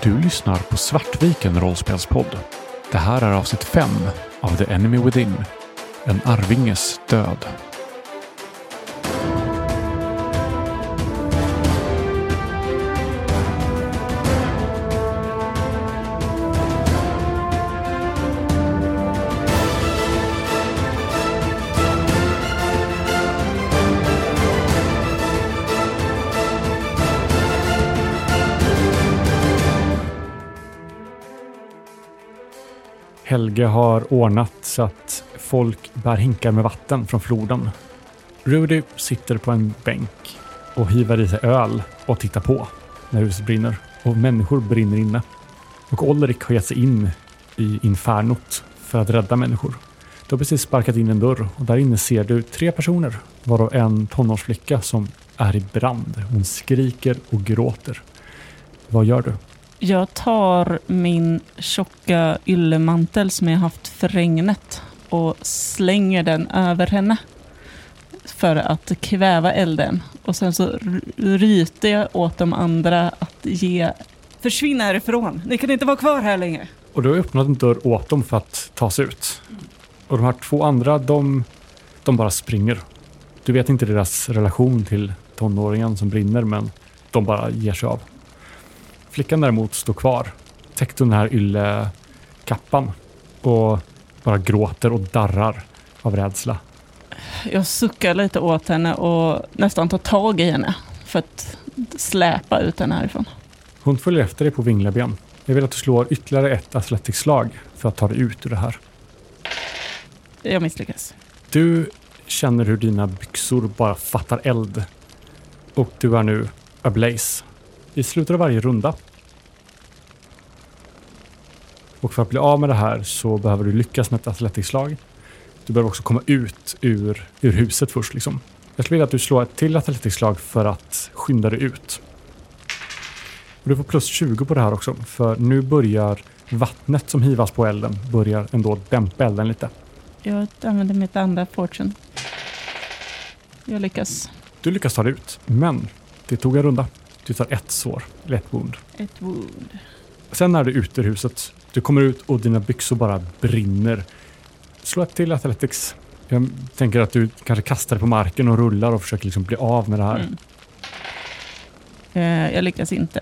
Du lyssnar på Svartviken rollspelspodd. Det här är avsnitt 5 av The Enemy Within. En arvinges död. Helge har ordnat så att folk bär hinkar med vatten från floden. Rudy sitter på en bänk och hivar i sig öl och tittar på när huset brinner. Och människor brinner inne. Och Olrik har gett sig in i infernot för att rädda människor. Du har precis sparkat in en dörr och där inne ser du 3 personer. Varav en tonårsflicka som är i brand. Hon skriker och gråter. Vad gör du? Jag tar min tjocka yllemantel som jag haft för regnet och slänger den över henne för att kväva elden. Och sen så ryter jag åt de andra att försvinna härifrån. Ni kan inte vara kvar här länge. Och du har öppnat en dörr åt dem för att ta sig ut. Och de här 2 andra, de bara springer. Du vet inte deras relation till tonåringen som brinner, men de bara ger sig av. Flickan däremot står kvar, täckt under den här yllekappan och bara gråter och darrar av rädsla. Jag suckar lite åt henne och nästan tar tag i henne för att släpa ut henne härifrån. Hon följer efter dig på vingleben. Jag vill att du slår ytterligare ett athletics-slag för att ta dig ut ur det här. Jag misslyckas. Du känner hur dina byxor bara fattar eld. Och du är nu ablaze. I slutet av varje runda. Och för att bli av med det här så behöver du lyckas med ett athletics-slag. Du behöver också komma ut ur huset först liksom. Jag skulle vilja att du slår ett till athletics-slag för att skynda dig ut. Och du får plus 20 på det här också. För nu börjar vattnet som hivas på elden börjar ändå dämpa elden lite. Jag använder mitt andra fortune. Jag lyckas. Du lyckas ta dig ut. Men det tog en runda. Du tar 1 sår, eller 1 wound. 1 wound. Sen är du ute ur huset. Du kommer ut och dina byxor bara brinner. Slå ett till athletics. Jag tänker att du kanske kastar på marken och rullar och försöker liksom bli av med det här. Jag lyckas inte.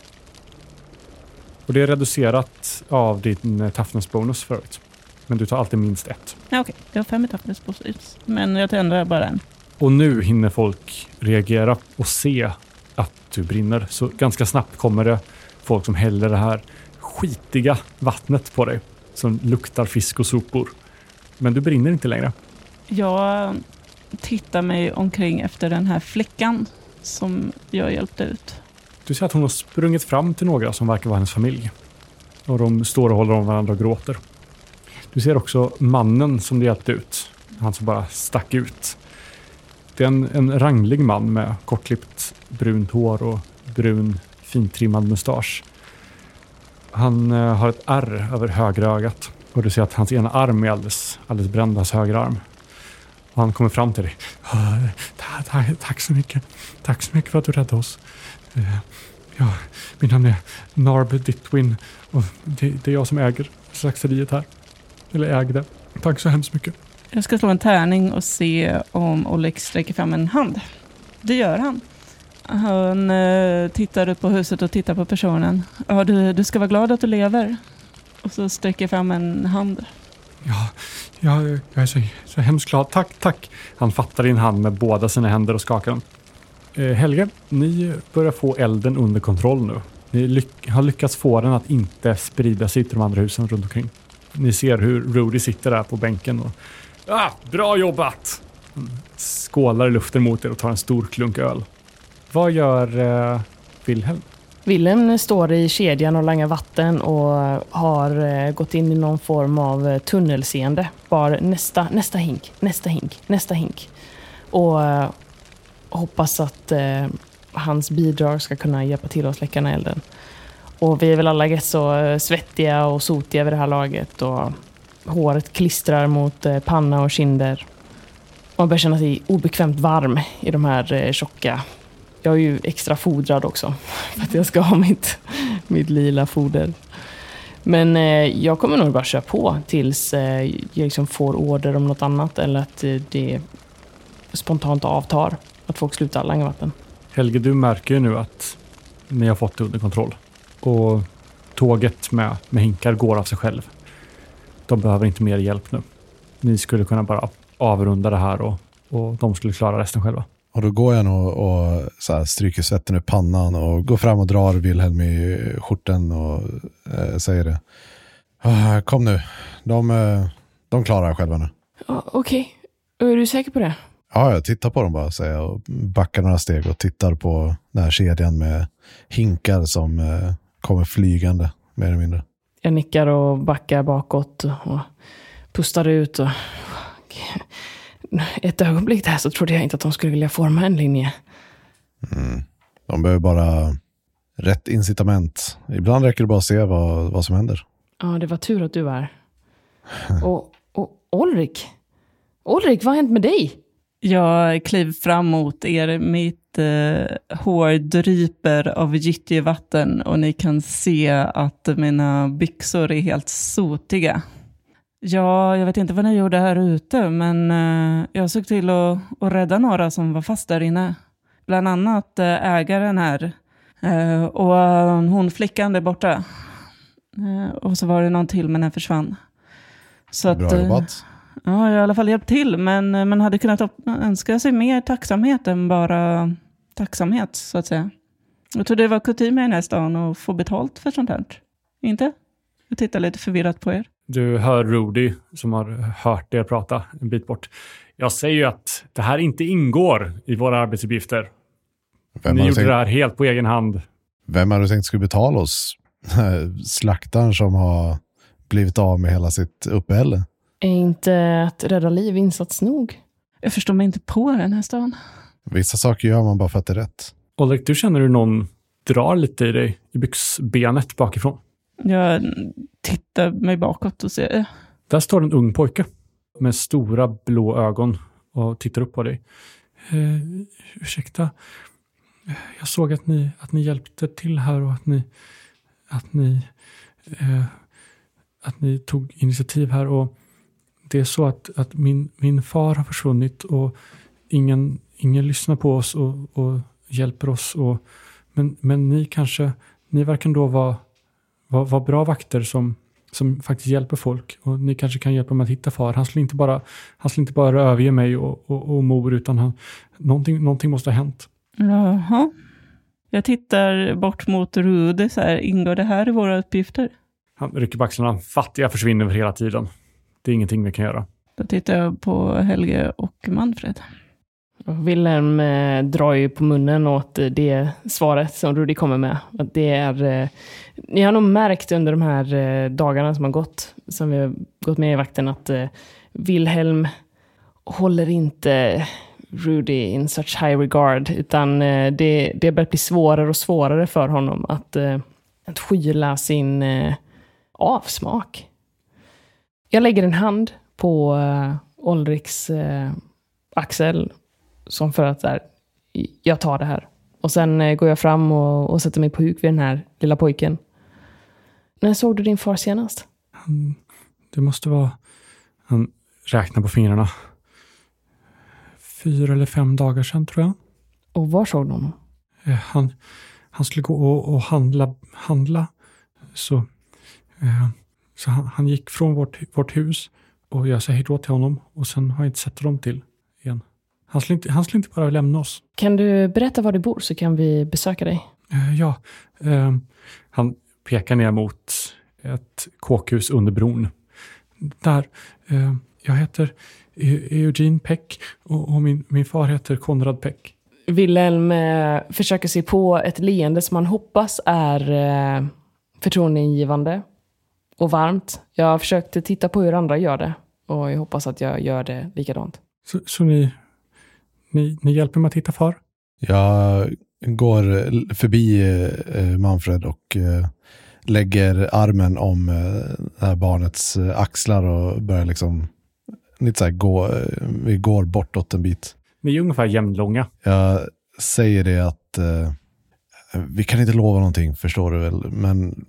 Och det är reducerat av din toughness bonus förut. Men du tar alltid minst 1. Ja, okej. Jag har 5 i toughness bonus. Men jag tänder bara en. Och nu hinner folk reagera och se att du brinner. Så ganska snabbt kommer det folk som häller det här skitiga vattnet på dig. Som luktar fisk och sopor. Men du brinner inte längre. Jag tittar mig omkring efter den här flickan som jag hjälpte ut. Du ser att hon har sprungit fram till några som verkar vara hennes familj. Och de står och håller om varandra och gråter. Du ser också mannen som du hjälpte ut. Han som bara stack ut. Det är en ranglig man med kortklippt brunt hår och brun fintrimmad mustasch. Han har ett ärr över högra ögat. Och du ser att hans ena arm är alldeles bränd, hans högra arm. Och han kommer fram till dig. Tack så mycket. Tack så mycket för att du räddade oss. Ja, min namn är Narb Ditwin. Och det är jag som äger slaktariet här. Eller ägde. Tack så hemskt mycket. Jag ska slå en tärning och se om Oleg sträcker fram en hand. Det gör han. Han tittar upp på huset och tittar på personen. Ja, du ska vara glad att du lever. Och så sträcker fram en hand. Ja, jag är så hemskt glad. Tack. Han fattar din hand med båda sina händer och skakar den. Helge, ni börjar få elden under kontroll nu. Ni har lyckats få den att inte sprida sig till de andra husen runt omkring. Ni ser hur Rudy sitter där på bänken och bra jobbat! Skålar i luften mot er och tar en stor klunk öl. Vad gör Wilhelm? Wilhelm står i kedjan och langar vatten och har gått in i någon form av tunnelseende. Bara nästa hink. Och hoppas att hans bidrag ska kunna hjälpa till att släcka den elden. Och vi är väl alla rätt så svettiga och sotiga vid det här laget. Och håret klistrar mot panna och kinder. Man börjar känna sig obekvämt varm i de här tjocka. Jag är ju extra fodrad också för att jag ska ha mitt lila foder. Men jag kommer nog bara köra på tills jag liksom får order om något annat eller att det spontant avtar. Att folk slutar langa vatten. Helge, du märker ju nu att ni har fått det under kontroll. Och tåget med hinkar går av sig själv. De behöver inte mer hjälp nu. Ni skulle kunna bara avrunda det här och de skulle klara resten själva. Och då går jag nog och så här, stryker svetten ur pannan och går fram och drar Wilhelm i skjorten och säger det. Kom nu, de klarar själva nu. Okej. Är du säker på det? Ja, jag tittar på dem bara, säger jag, och backar några steg och tittar på den här kedjan med hinkar som kommer flygande, mer eller mindre. Jag nickar och backar bakåt och pustar ut. Och ett ögonblick där så trodde jag inte att de skulle vilja forma en linje. De behöver bara rätt incitament. Ibland räcker det bara att se vad som händer. Ja, det var tur att du var här. Och Ulrik, vad har hänt med dig? Jag kliver fram mot er. Mitt hår dryper av gyttjevatten och ni kan se att mina byxor är helt sotiga. Ja, jag vet inte vad ni gjorde här ute, men jag såg till att rädda några som var fast där inne. Bland annat ägaren här och hon flickan där borta. Och så var det någon till, men den försvann. Så Bra att, jobbat. ja, jag har i alla fall hjälpt till, men man hade kunnat önska sig mer tacksamhet än bara tacksamhet, så att säga. Jag tror det var kutym i den här stan att få betalt för sånt här. Inte? Jag tittar lite förvirrat på er. Du hör Rudy som har hört er prata en bit bort. Jag säger ju att det här inte ingår i våra arbetsuppgifter. Ni gjorde det här helt på egen hand. Vem har du tänkt skulle betala oss? Slaktaren som har blivit av med hela sitt uppehälle. Är inte att rädda liv insats nog? Jag förstår mig inte på den här stan. Vissa saker gör man bara för att det är rätt. Ulrik, du känner hur någon drar lite i dig i byxbenet bakifrån. Jag tittar mig bakåt och ser. Där står en ung pojke med stora blå ögon och tittar upp på dig. Ursäkta, jag såg att ni hjälpte till här och att ni tog initiativ här, och det är så att min far har försvunnit och ingen lyssnar på oss och hjälper oss, men ni verkar då vara bra vakter som faktiskt hjälper folk, och ni kanske kan hjälpa mig att hitta far. Han skulle inte bara överge mig och mor, utan någonting måste ha hänt. Jaha. Jag tittar bort mot Rude så här. Ingår det här i våra uppgifter? Han rycker på axlarna. Fattiga försvinner över hela tiden. Det är ingenting vi kan göra. Då tittar jag på Helge och Manfred. Wilhelm drar ju på munnen åt det svaret som Rudy kommer med. Att det är, ni har nog märkt under de här dagarna som har gått, som vi har gått med i vakten, att Wilhelm håller inte Rudy in such high regard, utan det börjar bli svårare och svårare för honom att skyla sin avsmak. Jag lägger en hand på Ulriks axel som för att jag tar det här. Och sen går jag fram och sätter mig på huk vid den här lilla pojken. När såg du din far senast? Det måste vara... Han räknar på fingrarna. 4 eller 5 dagar sedan, tror jag. Och var såg du honom? Han skulle gå och handla. Så han gick från vårt hus och jag sa hej då till honom. Och sen har jag inte sett honom till igen. Han skulle inte bara lämna oss. Kan du berätta var du bor så kan vi besöka dig? Ja. Han pekar ner mot ett kåkhus under bron. Där. Jag heter Eugene Peck och min far heter Konrad Peck. Wilhelm försöker se på ett leende som han hoppas är förtroendeingivande och varmt. Jag försökte titta på hur andra gör det och jag hoppas att jag gör det likadant. Så ni hjälper mig att hitta far? Jag går förbi Manfred och lägger armen om det här barnets axlar och börjar liksom lite så här vi går bortåt en bit. Ni är ungefär jämnlånga. Jag säger det att Vi kan inte lova någonting, förstår du väl. Men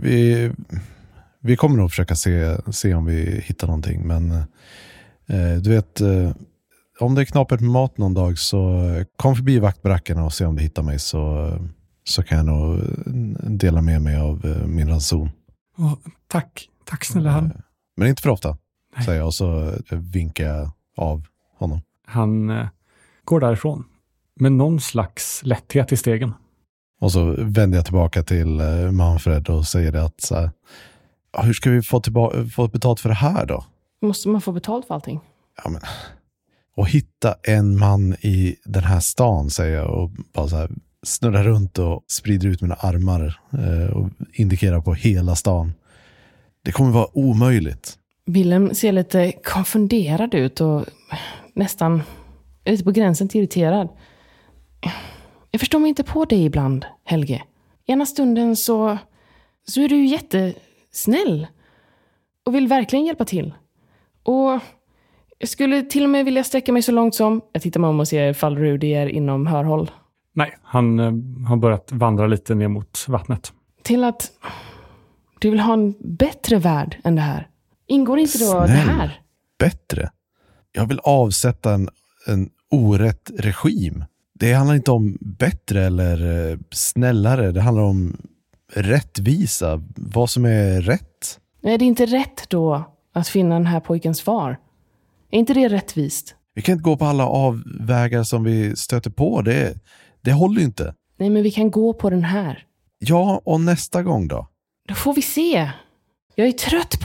vi kommer nog försöka se om vi hittar någonting. Men du vet, om det är knapert med mat någon dag så kom förbi vaktbarackerna och se om du hittar mig, så kan jag nog dela med mig av min ranson. Tack snälla han. Men inte för ofta, Nej. säger jag, och så vinkar jag av honom. Han går därifrån med någon slags lätthet i stegen. Och så vänder jag tillbaka till Manfred och säger det att så här, hur ska vi få betalt för det här då? Måste man få betalt för allting? Ja, men, och hitta en man i den här stan, säger jag, och bara så här snurrar runt och sprider ut mina armar och indikerar på hela stan. Det kommer vara omöjligt. Willem ser lite konfunderad ut och nästan lite på gränsen till irriterad. Jag förstår mig inte på dig ibland, Helge. Ena stunden så är du jättesnäll och vill verkligen hjälpa till. Och jag skulle till och med vilja sträcka mig så långt som... Jag tittar mig om och ser ifall Rudy är inom hörhåll. Nej, han har börjat vandra lite ner mot vattnet. Till att du vill ha en bättre värld än det här. Ingår inte då det här? Bättre? Jag vill avsätta en orätt regim. Det handlar inte om bättre eller snällare. Det handlar om rättvisa. Vad som är rätt. Är det inte rätt då att finna den här pojkens far? Är inte det rättvist? Vi kan inte gå på alla avvägar som vi stöter på. Det håller ju inte. Nej, men vi kan gå på den här. Ja, och nästa gång då? Då får vi se. Jag är trött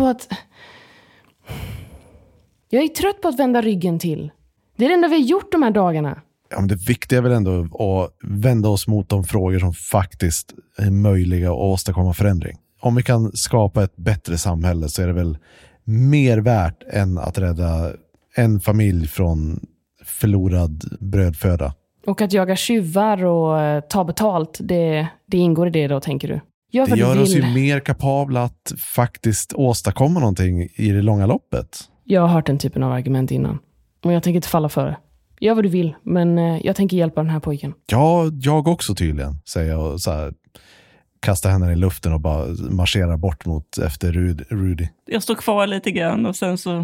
på att vända ryggen till. Det är det enda vi har gjort de här dagarna. Ja, men det viktiga är väl ändå att vända oss mot de frågor som faktiskt är möjliga att åstadkomma förändring. Om vi kan skapa ett bättre samhälle så är det väl mer värt än att rädda en familj från förlorad brödföda. Och att jaga tjuvar och ta betalt, det ingår i det då, tänker du? Gör vad det gör du oss vill. ju mer kapabla att faktiskt åstadkomma någonting i det långa loppet. Jag har hört den typen av argument innan. Och jag tänker inte falla för det. Gör vad du vill, men jag tänker hjälpa den här pojken. Ja, jag också tydligen, säger jag och så här, kastar henne i luften och bara marscherar bort mot efter Rudy. Jag står kvar lite grann och sen så,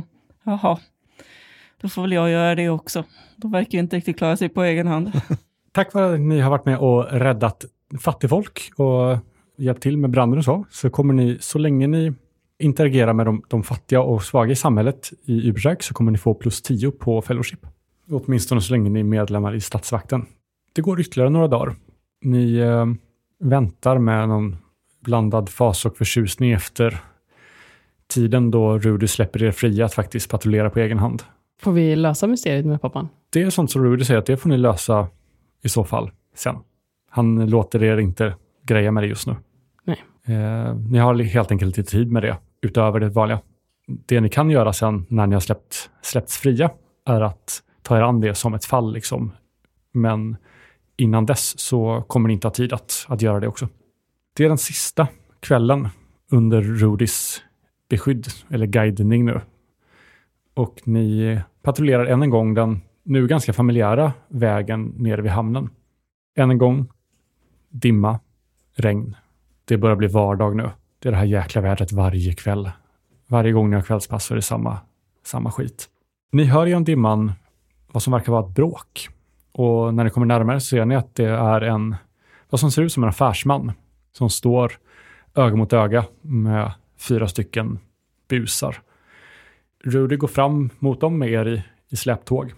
då får väl jag göra det också. De verkar ju inte riktigt klara sig på egen hand. Tack vare att ni har varit med och räddat fattigfolk och hjälpt till med branden och så kommer ni, så länge ni interagerar med de fattiga och svaga i samhället i Ubersäk, så kommer ni få +10 på fellowship. Åtminstone så länge ni är medlemmar i stadsvakten. Det går ytterligare några dagar. Ni väntar med någon blandad fas och förtjusning efter tiden då Rudy släpper er fria att faktiskt patrullera på egen hand. Får vi lösa mysteriet med pappan? Det är sånt som Rudy säger att det får ni lösa i så fall sen. Han låter er inte greja med det just nu. Nej. Ni har helt enkelt lite tid med det utöver det vanliga. Det ni kan göra sen när ni har släppts fria är att ta er an det som ett fall liksom. Men innan dess så kommer ni inte ha tid att göra det också. Det är den sista kvällen under Rudys beskydd eller guidning nu. Och ni patrullerar än en gång den nu ganska familjära vägen nere vid hamnen. Än en gång dimma, regn. Det börjar bli vardag nu. Det är det här jäkla vädret varje kväll. Varje gång ni har kvällspass så är det samma skit. Ni hör genom dimman vad som verkar vara ett bråk. Och när ni kommer närmare så ser ni att det är vad som ser ut som en affärsman som står öga mot öga med 4 stycken busar. Rudy går fram mot dem med er i släptåg.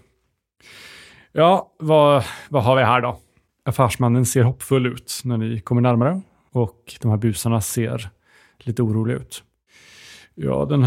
Ja, vad har vi här då? Affärsmannen ser hoppfull ut när ni kommer närmare och de här busarna ser lite oroliga ut. Ja, den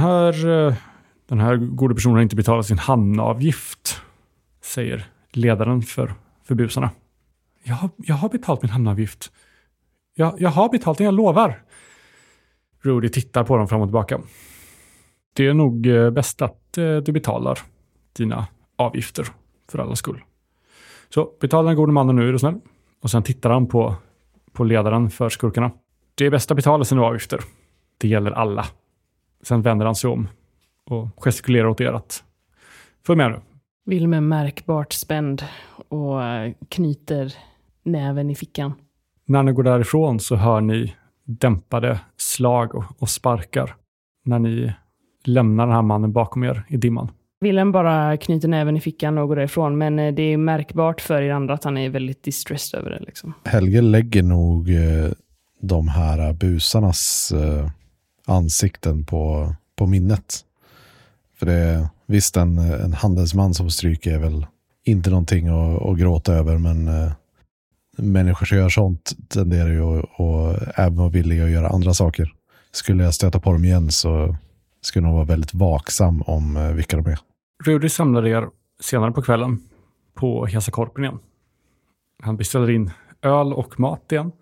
här gode personen har inte betalat sin hamnavgift, säger ledaren för busarna. Jag har betalt min hamnavgift. Jag har betalt den, jag lovar. Rudy tittar på dem fram och tillbaka. Det är nog bäst att du betalar dina avgifter för alla skull. Så betala den gode mannen nu, är du snäll. Och sen tittar han på ledaren för skurkarna. Det är bäst att betala sina avgifter. Det gäller alla. Sen vänder han sig om och gestikulerar åt er att följ med nu. Willem är märkbart spänd och knyter näven i fickan. När ni går därifrån så hör ni dämpade slag och sparkar när ni lämnar den här mannen bakom er i dimman. Willem bara knyter näven i fickan och går därifrån, men det är märkbart för er andra att han är väldigt distressed över det. Liksom. Helge lägger nog de här busarnas ansikten på minnet. För det är visst en handelsman som stryker är väl inte någonting att gråta över, men människor som gör sånt tenderar ju att även vara villiga att göra andra saker. Skulle jag stöta på dem igen så skulle jag vara väldigt vaksam om vilka de är. Rudy samlar er senare på kvällen på Hesa Korpen igen. Han beställer in öl och mat igen.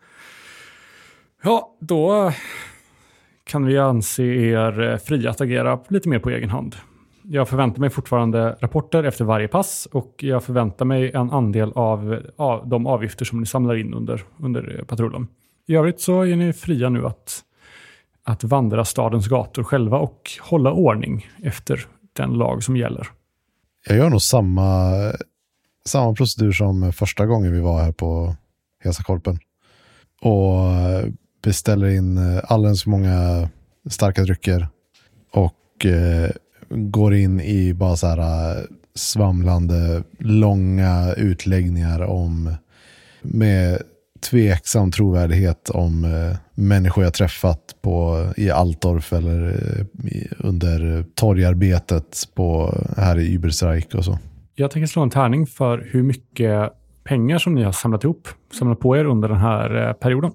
Ja, då kan vi anse er fria att agera lite mer på egen hand. Jag förväntar mig fortfarande rapporter efter varje pass och jag förväntar mig en andel av de avgifter som ni samlar in under patrullen. I övrigt så är ni fria nu att vandra stadens gator själva och hålla ordning efter den lag som gäller. Jag gör nog samma procedur som första gången vi var här på Hesa Korpen. Och beställer in alldeles för många starka drycker och går in i bara så här svamlande långa utläggningar om med tveksam trovärdighet om människor jag träffat i Altdorf eller under torgarbetet här i Übersreich och så. Jag tänker slå en tärning för hur mycket pengar som ni har samlat på er under den här perioden.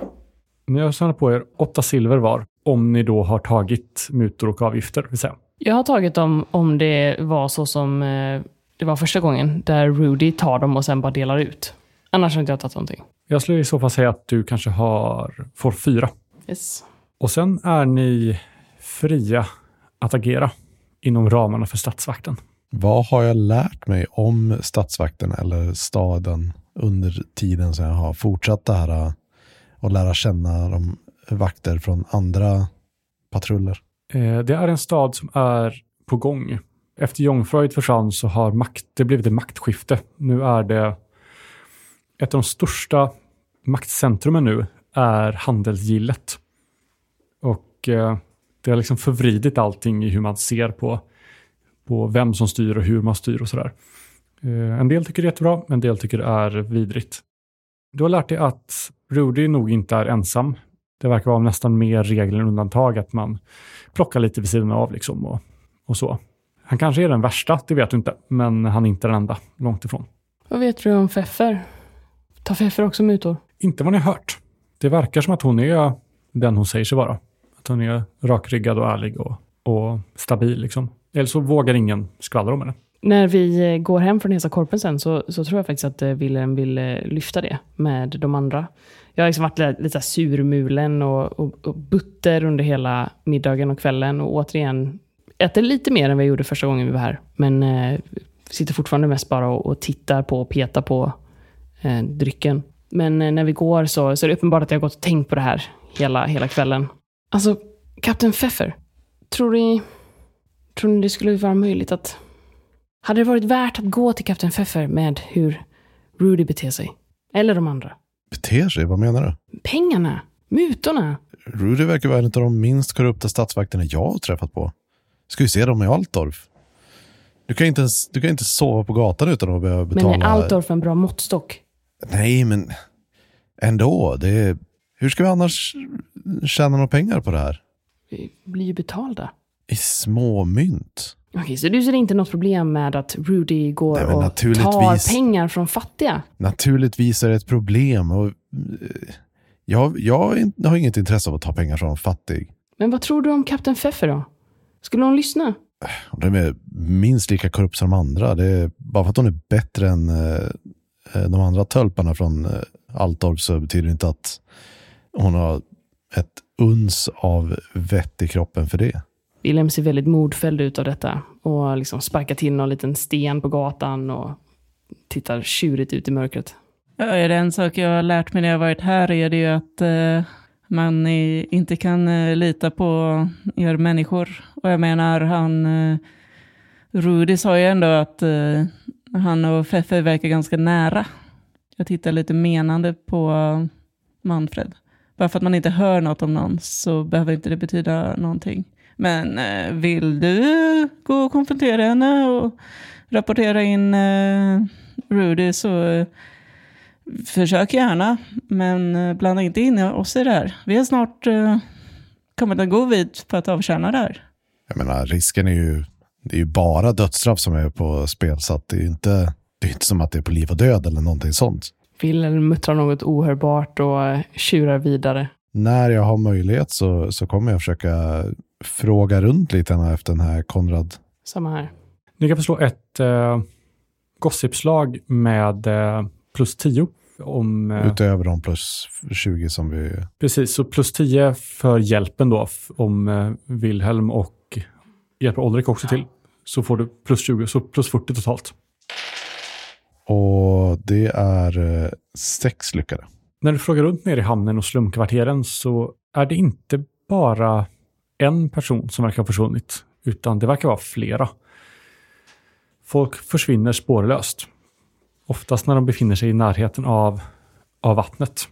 Ni har samlat på er 8 silver var, om ni då har tagit mutor och avgifter, vill säga. Jag har tagit dem om det var så som det var första gången, där Rudy tar dem och sen bara delar ut. Annars har inte jag tagit någonting. Jag skulle i så fall säga att du kanske får 4. Yes. Och sen är ni fria att agera inom ramarna för stadsvakten. Vad har jag lärt mig om stadsvakten eller staden under tiden som jag har fortsatt det här och lära känna de vakter från andra patruller? Det är en stad som är på gång. Efter Jungfröjd försvann så har det blivit ett maktskifte. Nu är det ett av de största maktcentrumen nu är handelsgillet. Och det har liksom förvridit allting i hur man ser på vem som styr och hur man styr och sådär. En del tycker det är jättebra, en del tycker det är vidrigt. Du har lärt dig att Rudy nog inte är ensam. Det verkar vara nästan mer regler än undantag att man plockar lite vid sidan av liksom och så. Han kanske är den värsta, det vet du inte, men han är inte den enda, långt ifrån. Vad vet du om Pfeffer? Tar Pfeffer också mutor? Inte vad ni har hört. Det verkar som att hon är den hon säger sig vara. Att hon är rakryggad och ärlig och stabil liksom. Eller så vågar ingen skvallra om henne. När vi går hem från Hesa Korpen sen så tror jag faktiskt att Willem vill lyfta det med de andra. Jag har liksom varit lite surmulen och butter under hela middagen och kvällen och återigen äter lite mer än vi gjorde första gången vi var här. Men sitter fortfarande mest bara och tittar på och petar på drycken. Men när vi går så är det uppenbart att jag har gått och tänkt på det här hela kvällen. Alltså, Kapten Pfeffer, tror ni det skulle vara möjligt att... Hade det varit värt att gå till Kapten Pfeffer med hur Rudy beter sig? Eller de andra? Beter sig? Vad menar du? Pengarna, mutorna. Rudy verkar vara en av de minst korrupta statsvakterna jag har träffat på. Ska vi se dem i Altdorf? Du kan inte sova på gatan utan att behöva betala... Men är Altdorf en bra måttstock? Nej, men ändå. Hur ska vi annars tjäna några pengar på det här? Vi blir ju betalda. I små mynt. Okej, så du ser inte något problem med att Rudy går och tar pengar från fattiga? Naturligtvis är det ett problem. Och jag har inget intresse av att ta pengar från fattig. Men vad tror du om Kapten Pfeffer då? Skulle hon lyssna? De är minst lika korrupt som de andra. Det är bara för att hon är bättre än de andra tölparna från Altdorf så betyder det inte att hon har ett uns av vett i kroppen för det. Willem ser väldigt modfälld ut av detta och liksom sparkar till någon liten sten på gatan och tittar tjurigt ut i mörkret. Ja, är det en sak jag har lärt mig när jag har varit här är det ju att man inte kan lita på er människor. Och jag menar, Rudy sa ju ändå att han och Pfeffer verkar ganska nära. Jag tittar lite menande på Manfred. Bara för att man inte hör något om någon så behöver inte det betyda någonting. Men vill du gå och konfrontera henne och rapportera in Rudy så försök gärna. Men blanda inte in oss i det här. Vi har snart kommit en god bit på att avtjäna det här. Jag menar, risken är ju, det är ju bara dödsstraff som är på spel, så att det är inte som att det är på liv och död eller någonting sånt. Wilhelm muttrar något ohörbart och tjurar vidare. När jag har möjlighet så kommer jag försöka fråga runt lite efter den här Konrad. Samma här. Ni kan få slå ett gossipslag med plus 10. Utöver de plus 20 som vi... Precis, så plus 10 för hjälpen då. Om Wilhelm och hjälper Ulrik också till. Så får du plus 20, så plus 40 totalt. Och det är 6 lyckade. När du frågar runt ner i hamnen och slumkvarteren så är det inte bara en person som verkar ha försvunnit. Utan det verkar vara flera. Folk försvinner spårlöst. Oftast när de befinner sig i närheten av vattnet.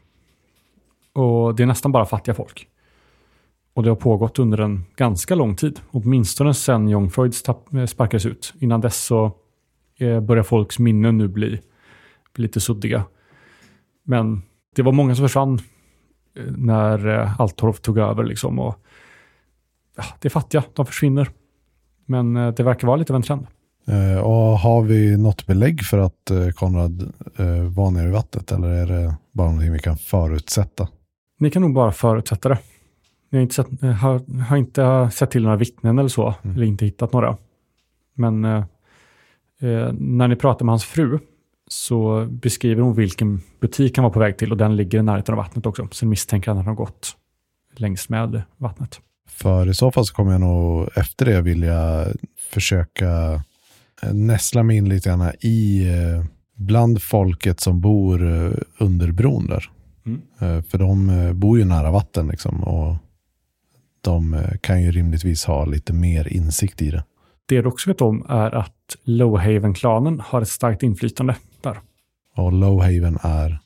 Och det är nästan bara fattiga folk. Och det har pågått under en ganska lång tid. Åtminstone sedan Jungfreud sparkades ut. Innan dess så börjar folks minnen nu bli lite suddiga. Men det var många som försvann när Altorf tog över liksom. Och ja, det är fattiga, de försvinner. Men det verkar vara lite av en trend. Och har vi något belägg för att Konrad var nere i vattnet, eller är det bara någonting vi kan förutsätta? Ni kan nog bara förutsätta det. Ni har inte sett till några vittnen eller så, eller inte hittat några. Men när ni pratar med hans fru så beskriver hon vilken butik han var på väg till, och den ligger i närheten av vattnet också. Sen misstänker han att han har gått längs med vattnet. För i så fall så kommer jag nog efter det vilja försöka näsla mig in lite grann i bland folket som bor under bron där. För de bor ju nära vatten liksom, och de kan ju rimligtvis ha lite mer insikt i det. Det du också vet om är att Lowhaven-klanen har ett starkt inflytande där. Och Lowhaven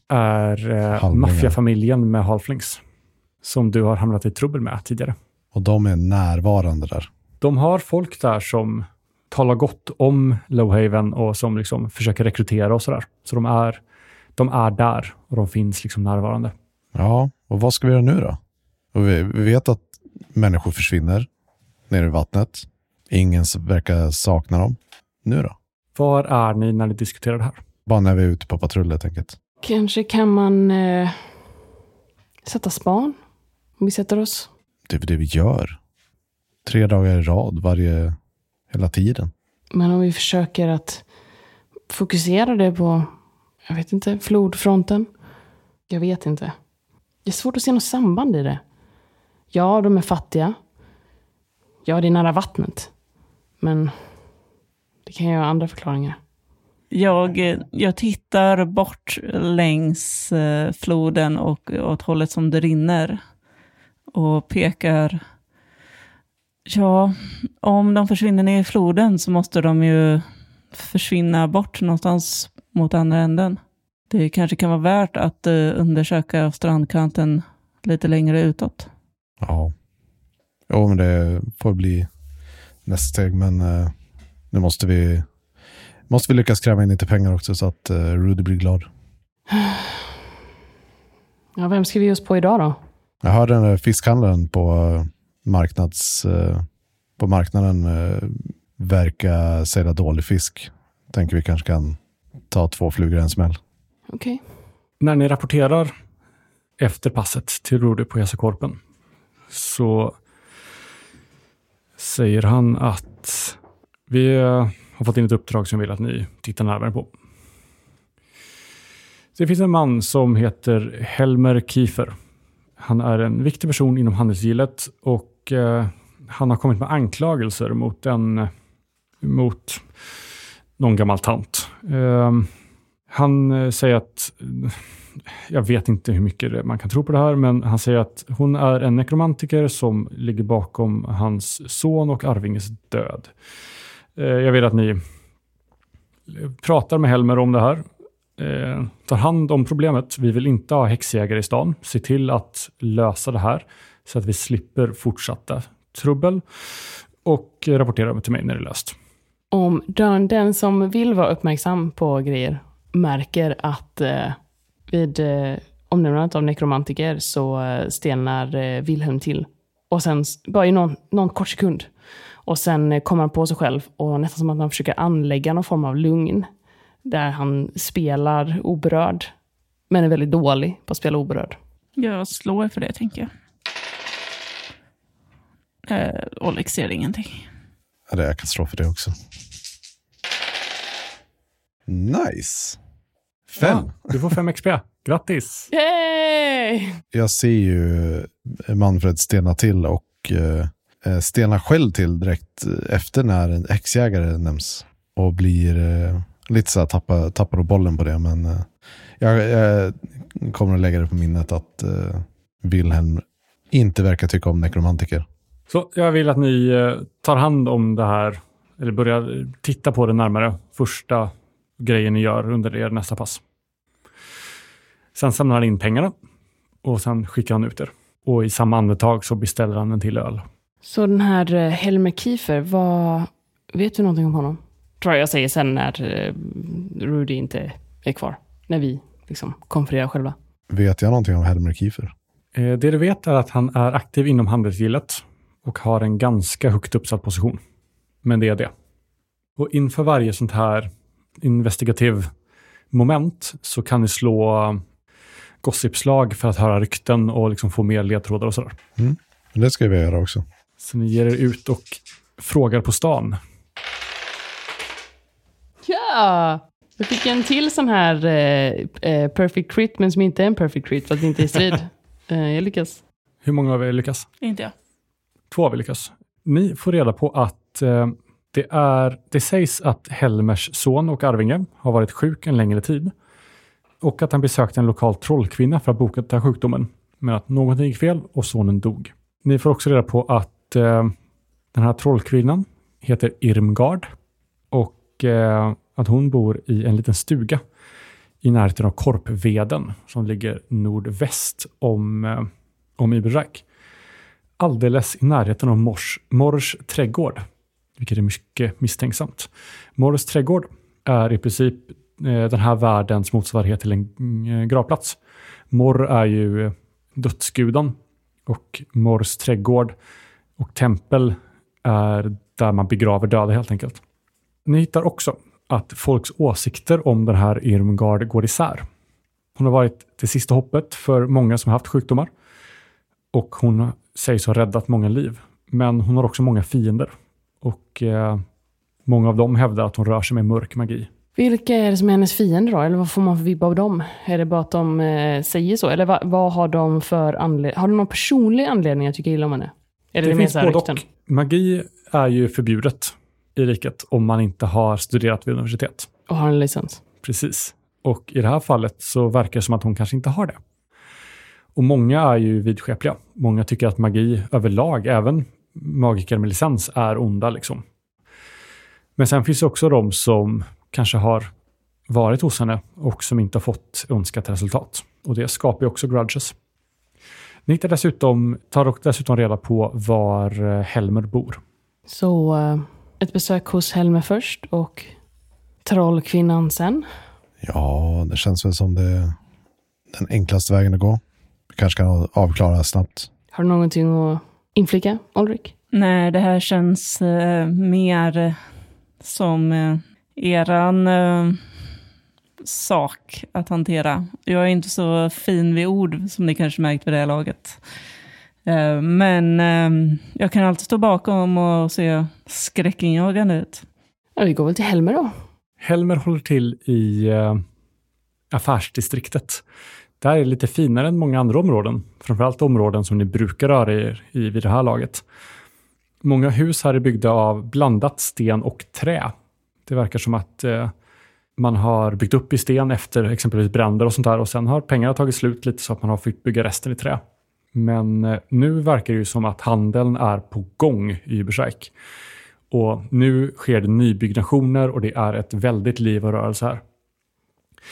är maffiafamiljen med halflings som du har hamnat i trubbel med tidigare. Och de är närvarande där. De har folk där som talar gott om Lowhaven och som liksom försöker rekrytera och sådär. Så de är där och de finns liksom närvarande. Ja, och vad ska vi göra nu då? Och vi vet att människor försvinner nere i vattnet. Ingen verkar sakna dem. Nu då? Var är ni när ni diskuterar det här? Bara när vi är ute på patrull helt enkelt. Kanske kan man sätta span om vi sätter oss. Det är det vi gör. 3 dagar i rad hela tiden. Men om vi försöker att fokusera det på, jag vet inte, flodfronten. Jag vet inte. Det är svårt att se något samband i det. Ja, de är fattiga. Ja, det är nära vattnet. Men det kan ju ha andra förklaringar. Jag tittar bort längs floden och åt hållet som det rinner. Och pekar. Ja, om de försvinner ner i floden så måste de ju försvinna bort någonstans mot andra änden. Det kanske kan vara värt att undersöka strandkanten lite längre utåt. Ja. Jo, men det får bli nästa steg. Men nu måste vi lyckas kräva in lite pengar också så att Rudy blir glad. Ja, vem ska vi ge oss på idag då? Jag hörde den där fiskhandlaren på marknaden verkar sälja dålig fisk. Tänker vi kanske kan ta 2 flugor i en smäll. Okej. När ni rapporterar efter passet till Rudy på Häsakorpen så säger han att vi har fått in ett uppdrag som vill att ni tittar närmare på. Det finns en man som heter Helmer Kiefer. Han är en viktig person inom handelsgillet och han har kommit med anklagelser mot någon gammal tant. Han säger att, jag vet inte hur mycket man kan tro på det här, men han säger att hon är en nekromantiker som ligger bakom hans son och arvinges död. Jag vill att ni pratar med Helmer om det här. tar hand om problemet. Vi vill inte ha häxjägare i stan. Se till att lösa det här så att vi slipper fortsatta trubbel. Och rapportera till mig när det är löst. Om den som vill vara uppmärksam på grejer märker att vid omnämnandet av nekromantiker så stelnar Wilhelm till. Och sen bara i någon kort sekund. Och sen kommer han på sig själv och nästan som att han försöker anlägga någon form av lugn. Där han spelar oberörd. Men är väldigt dålig på att spela oberörd. Jag slår för det, tänker jag. Alex ser ingenting. Ja, jag kan slå för det också. Nice. 5. Ja, du får 5 XP. Grattis! Yay! Jag ser ju Manfred stelna till och stelna själv till direkt efter när en häxjägare nämns. Och blir lite så här tappar på bollen på det. Men jag kommer att lägga det på minnet att Wilhelm inte verkar tycka om nekromantiker. Så jag vill att ni tar hand om det här. Eller börjar titta på det närmare. Första grejen ni gör under er nästa pass. Sen samlar han in pengarna. Och sen skickar han ut er. Och i samma andetag så beställer han en till öl. Så den här Helmer Kiefer, vet du någonting om honom? Tror jag säger sen när Rudy inte är kvar. När vi liksom konfererar själva. Vet jag någonting om Helmer Kiefer? Det du vet är att han är aktiv inom handelsgillet. Och har en ganska högt uppsatt position. Men det är det. Och inför varje sånt här investigativ moment så kan ni slå gossipslag för att höra rykten och liksom få mer ledtrådar och sådär. Det ska vi göra också. Så ni ger er ut och frågar på stan. Ja! Jag fick en till sån här perfect crit, men som inte är en perfect crit för att det inte är strid. Jag lyckas. Hur många av er lyckas? Inte jag. 2 av er lyckas. Ni får reda på att det sägs att Helmers son och Arvinge har varit sjuk en längre tid. Och att han besökte en lokal trollkvinna för att boka den här sjukdomen. Men att någonting gick fel och sonen dog. Ni får också reda på att den här trollkvinnan heter Irmgard. Och att hon bor i en liten stuga i närheten av Korpveden som ligger nordväst om Iberjak. Alldeles i närheten av Mors trädgård, vilket är mycket misstänksamt. Mors trädgård är i princip den här världens motsvarighet till en gravplats. Mor är ju dödsguden och Mors trädgård och tempel är där man begraver döda helt enkelt. Ni hittar också att folks åsikter om den här Irmgard går isär. Hon har varit det sista hoppet för många som har haft sjukdomar. Och hon sägs ha räddat många liv. Men hon har också många fiender. Och många av dem hävdar att hon rör sig med mörk magi. Vilka är det som är hennes fiender då? Eller vad får man för vibb av dem? Är det bara att de säger så? Eller vad har de för anledning? Har de någon personlig anledning att tycka illa om henne? Är det finns både och. Magi är ju förbjudet i riket om man inte har studerat vid universitet. Och har en licens. Precis. Och i det här fallet så verkar det som att hon kanske inte har det. Och många är ju vidskepliga. Många tycker att magi överlag, även magiker med licens, är onda liksom. Men sen finns det också de som kanske har varit hos henne och som inte har fått önskat resultat. Och det skapar ju också grudges. Ni tar dessutom reda på var Helmer bor. Så ett besök hos Helmer först och trollkvinnan sen? Ja, det känns väl som den enklaste vägen att gå. Vi kanske kan avklara snabbt. Har du någonting att inflika, Ulrik? Nej, det här känns mer som eran sak att hantera. Jag är inte så fin vid ord som ni kanske märkt vid det här laget. Men jag kan alltid stå bakom och se skräckinjagande ut. Ja, vi går väl till Helmer då. Helmer håller till i affärsdistriktet. Det här är lite finare än många andra områden. Framförallt områden som ni brukar röra er i vid det här laget. Många hus här är byggda av blandat sten och trä. Det verkar som att man har byggt upp i sten efter exempelvis bränder och sånt där. Och sen har pengarna tagit slut lite så att man har fått bygga resten i trä. Men nu verkar det ju som att handeln är på gång i Iberjak. Och nu sker det nybyggnationer och det är ett väldigt liv och rörelse här.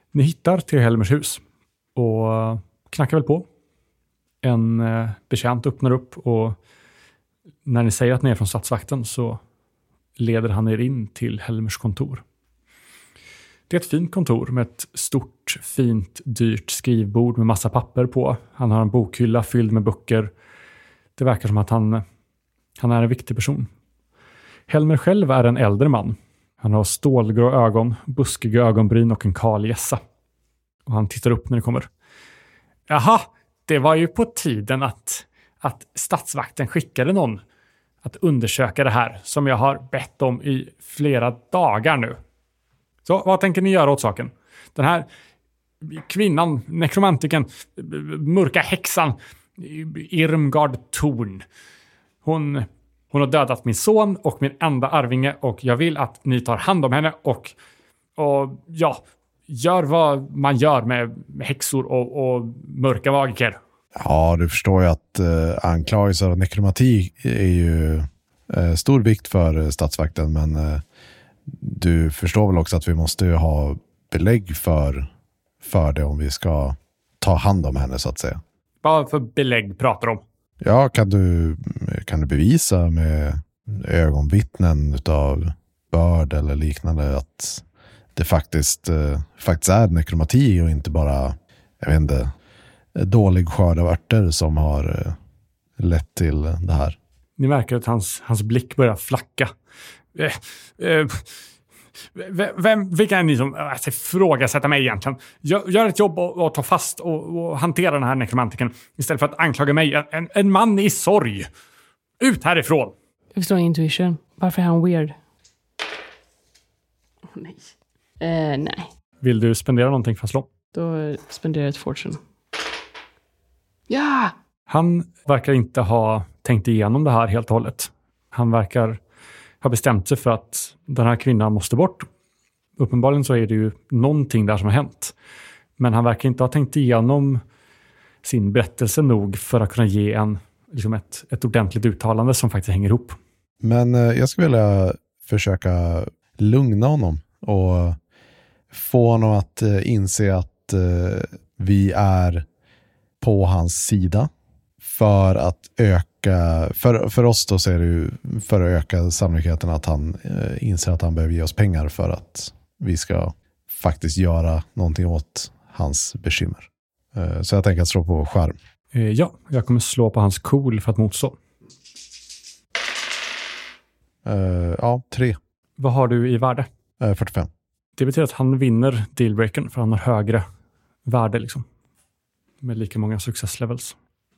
Ni hittar till Helmers hus och knackar väl på. En betjänt öppnar upp och när ni säger att ni är från statsvakten så leder han er in till Helmers kontor. Det är ett fint kontor med ett stort, fint, dyrt skrivbord med massa papper på. Han har en bokhylla fylld med böcker. Det verkar som att han är en viktig person. Helmer själv är en äldre man. Han har stålgrå ögon, buskiga ögonbryn och en kal gässa. Och han tittar upp när det kommer. Jaha, det var ju på tiden att statsvakten skickade någon att undersöka det här som jag har bett om i flera dagar nu. Så vad tänker ni göra åt saken? Den här kvinnan, nekromantiken, mörka häxan, Irmgard Thorn. Hon har dödat min son och min enda arvinge och jag vill att ni tar hand om henne och ja, gör vad man gör med häxor och mörka magiker. Ja, du förstår ju att anklagelser av nekromati är ju stor vikt för statsvakten, men du förstår väl också att vi måste ju ha belägg för det om vi ska ta hand om henne så att säga. Vad för belägg pratar du om? Ja, kan du bevisa med ögonvittnen utav börd eller liknande att det faktiskt är nekromati och inte bara, jag vet inte, dålig skörd av örter som har lett till det här. Ni märker att hans blick börjar flacka. Vilka är ni som ifrågasätter mig egentligen? Gör ett jobb och ta fast och hantera den här nekromantiken istället för att anklaga mig, en man i sorg. Ut härifrån! Jag förstår intuition. Varför är han weird? Nej. Nej. Vill du spendera någonting för att slå? Då spenderar jag ett fortune. Ja! Han verkar inte ha tänkt igenom det här helt och hållet. Han verkar ha bestämt sig för att den här kvinnan måste bort. Uppenbarligen så är det ju någonting där som har hänt. Men han verkar inte ha tänkt igenom sin berättelse nog för att kunna ge ett ordentligt uttalande som faktiskt hänger ihop. Men jag skulle vilja försöka lugna honom och få honom att inse att vi är på hans sida för att öka, för oss då så är det ju för att öka sannolikheten att han inser att han behöver ge oss pengar för att vi ska faktiskt göra någonting åt hans bekymmer. Så jag tänker att slå på skärm. Ja, jag kommer slå på hans cool för att motstå. Ja, 3. Vad har du i värde? 45. Det betyder att han vinner dealbreakern för han har högre värde liksom. Med lika många success levels.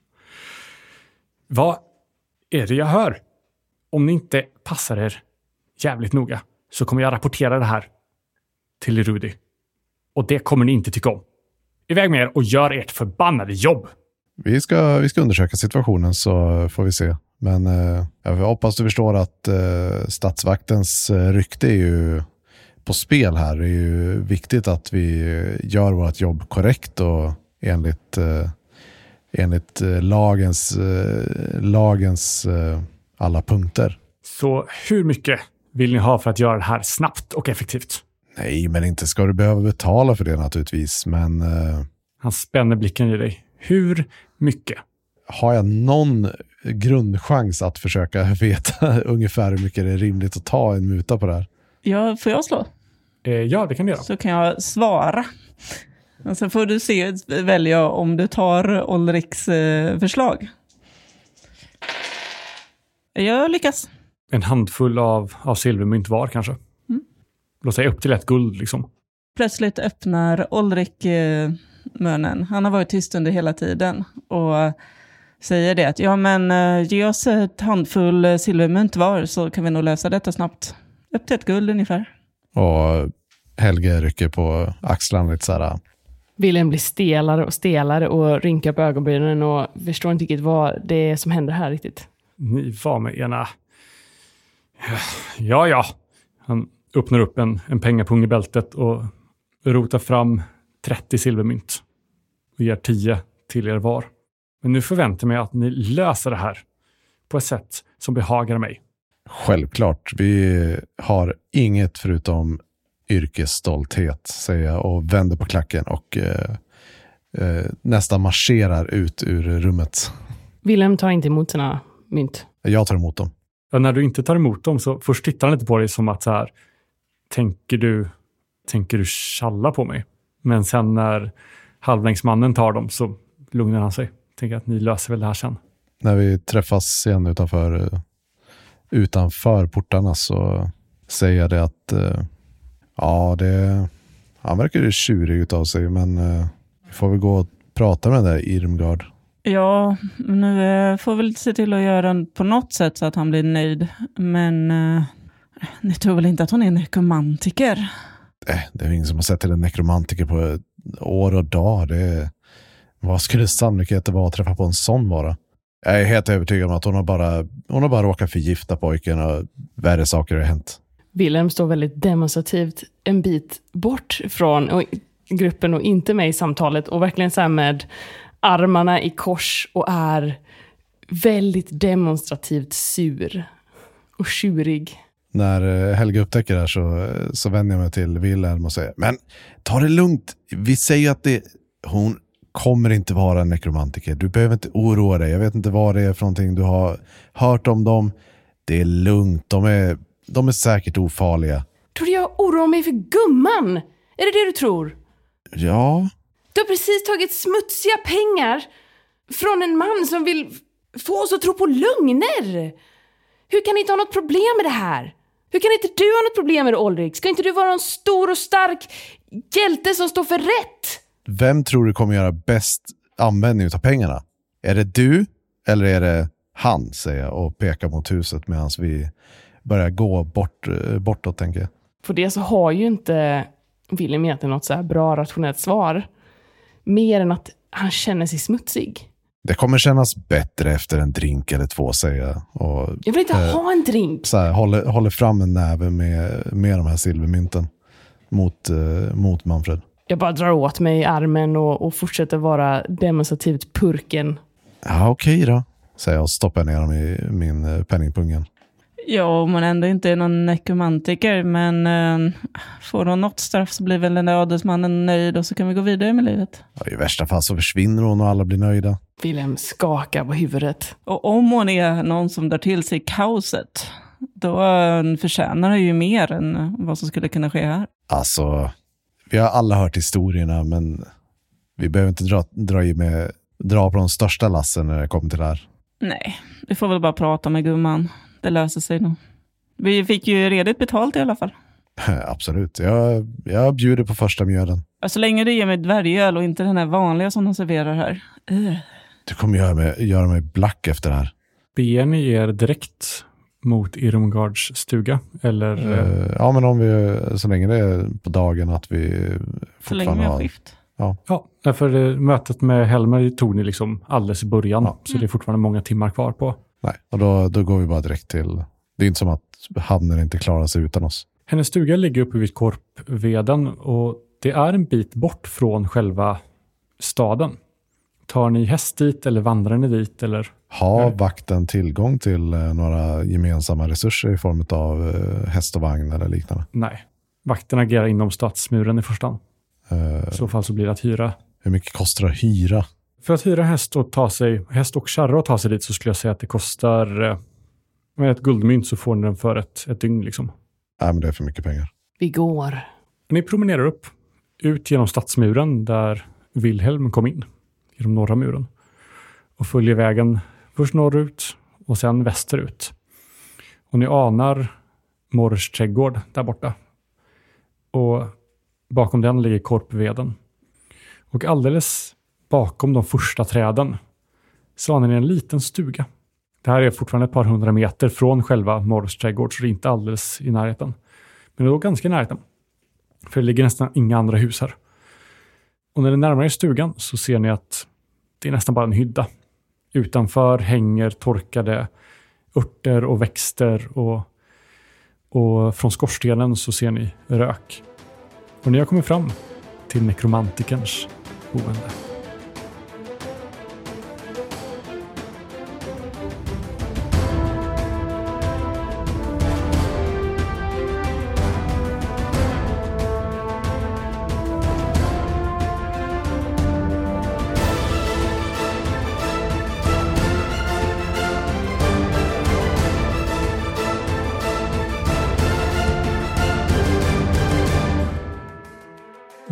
Vad är det jag hör? Om ni inte passar er jävligt noga så kommer jag rapportera det här till Rudy. Och det kommer ni inte tycka om. Iväg med er och gör ert förbannade jobb. Vi ska undersöka situationen så får vi se. Men jag hoppas du förstår att statsvaktens rykte är ju på spel här. Det är ju viktigt att vi gör vårt jobb korrekt och enligt lagens alla punkter. Så hur mycket vill ni ha för att göra det här snabbt och effektivt? Nej, men inte ska du behöva betala för det naturligtvis. Men han spänner blicken i dig. Hur mycket? Har jag någon grundchans att försöka veta ungefär hur mycket det är rimligt att ta en muta på det här? Ja, får jag slå? Ja, det kan du göra. Så kan jag svara. Och så får du välja om du tar Ulriks förslag. Jag lyckas. En handfull av silvermynt var kanske. Låt säga upp till 1 guld liksom. Plötsligt öppnar Ulrik munnen. Han har varit tyst under hela tiden. Och säger det att ge oss ett handfull silvermynt var så kan vi nog lösa detta snabbt. Upp till 1 guld ungefär. Och Helge rycker på axlarna lite så här. William blir stelare och rynkar på ögonbrynen och förstår inte riktigt vad det är som händer här riktigt. Ni var med ena... Ja. Han öppnar upp en pengapung i bältet och rotar fram 30 silvermynt. Och ger 10 till er var. Men nu förväntar jag mig att ni löser det här på ett sätt som behagar mig. Självklart. Vi har inget förutom yrkesstolthet, säger jag, och vänder på klacken och nästan marscherar ut ur rummet. Willem tar inte emot sina mynt. Jag tar emot dem. Ja, när du inte tar emot dem så först tittar han lite på dig som att så här, tänker du tjalla på mig? Men sen när halvlängsmannen tar dem så lugnar han sig. Tänker att ni löser väl det här sen. När vi träffas igen utanför portarna så säger jag det att han verkar ju tjurig utav sig, men vi får väl gå och prata med den där Irmgard. Ja, nu får vi se till att göra den på något sätt så att han blir nöjd. Men ni tror väl inte att hon är en nekromantiker? Det är ingen som har sett till en nekromantiker på år och dag. Vad skulle sannolikheten vara att träffa på en sån vara? Jag är helt övertygad om att hon har bara råkat förgifta pojken och värre saker har hänt. Willem står väldigt demonstrativt en bit bort från gruppen och inte med i samtalet och verkligen så här med armarna i kors och är väldigt demonstrativt sur och tjurig. När Helga upptäcker det här så vänder jag mig till Wilhelm och säger, men ta det lugnt. Vi säger att hon kommer inte vara en nekromantiker. Du behöver inte oroa dig. Jag vet inte vad det är för någonting du har hört om dem. Det är lugnt. De är säkert ofarliga. Tror du jag oroar mig för gumman? Är det du tror? Ja. Du har precis tagit smutsiga pengar från en man som vill få oss att tro på lögner. Hur kan ni inte ha något problem med det här? Hur kan inte du ha något problem med det, Ulrik? Ska inte du vara en stor och stark hjälte som står för rätt? Vem tror du kommer göra bäst användning av pengarna? Är det du eller är det han, säger jag och pekar mot huset medan vi börjar gå bortåt, tänker jag. På det så har ju inte Willem egentligen något så här bra rationellt svar. Mer än att han känner sig smutsig. Det kommer kännas bättre efter en drink eller två, säger jag. Och, jag vill inte ha en drink. Så här, håller fram en näve med de här silvermynten mot Manfred. Jag bara drar åt mig i armen och fortsätter vara demonstrativt purken. Ja, okej då, säger jag och stoppar ner dem i min penningpungen. Ja, om man ändå inte är någon nekromantiker, men får hon något straff så blir väl den där adelsmannen nöjd och så kan vi gå vidare med livet. Ja, i värsta fall så försvinner hon och alla blir nöjda. Willem skakar på huvudet. Och om hon är någon som drar till sig kaoset, då förtjänar hon ju mer än vad som skulle kunna ske här. Alltså, vi har alla hört historierna, men vi behöver inte dra på de största lassen när det kommer till det här. Nej, vi får väl bara prata med gumman. Det löser sig nog. Vi fick ju redigt betalt i alla fall. Absolut. Jag bjuder på första mjöden. Så länge du ger mig dvärgöl och inte den här vanliga som de serverar här. Du kommer göra mig black efter det här. Beger ni er direkt mot Irmgards stuga? Eller? Ja, men så länge det är på dagen att vi så länge vi har skift. Ja, för mötet med Helmer tog ni liksom alldeles i början. Ja. Så det är fortfarande många timmar kvar på. Nej, och då går vi bara direkt till... Det är inte som att hamnen inte klarar sig utan oss. Hennes stuga ligger uppe vid Korpveden och det är en bit bort från själva staden. Tar ni häst dit eller vandrar ni dit? Eller? Har vakten tillgång till några gemensamma resurser i form av häst och vagn eller liknande? Nej, vakten agerar inom stadsmuren i första hand. I så fall så blir det att hyra. Hur mycket kostar det att hyra? För att hyra häst och kärra och ta sig dit så skulle jag säga att det kostar med ett guldmynt så får ni den för ett dygn liksom. Nej, men det är för mycket pengar. Vi går. Ni promenerar upp ut genom stadsmuren där Wilhelm kom in. Genom norra muren. Och följer vägen först norrut och sen västerut. Och ni anar Morrs trädgård där borta. Och bakom den ligger Korpveden. Och alldeles bakom de första träden så anar ni en liten stuga. Det här är fortfarande ett par 100 meter från själva Morrs trädgård så det är inte alldeles i närheten. Men det är ganska i närheten. För det ligger nästan inga andra hus här. Och när ni närmar er stugan så ser ni att det är nästan bara en hydda. Utanför hänger torkade örter och växter och från skorstenen så ser ni rök. Och ni har kommit fram till nekromantikerns boende.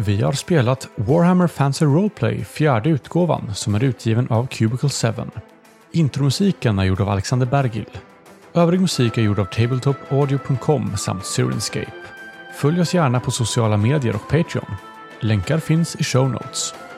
vi har spelat Warhammer Fantasy Roleplay 4:e utgåvan som är utgiven av Cubicle 7. Intromusiken är gjord av Alexander Bergil. Övrig musik är gjord av tabletopaudio.com samt Syrinscape. Följ oss gärna på sociala medier och Patreon. Länkar finns i show notes.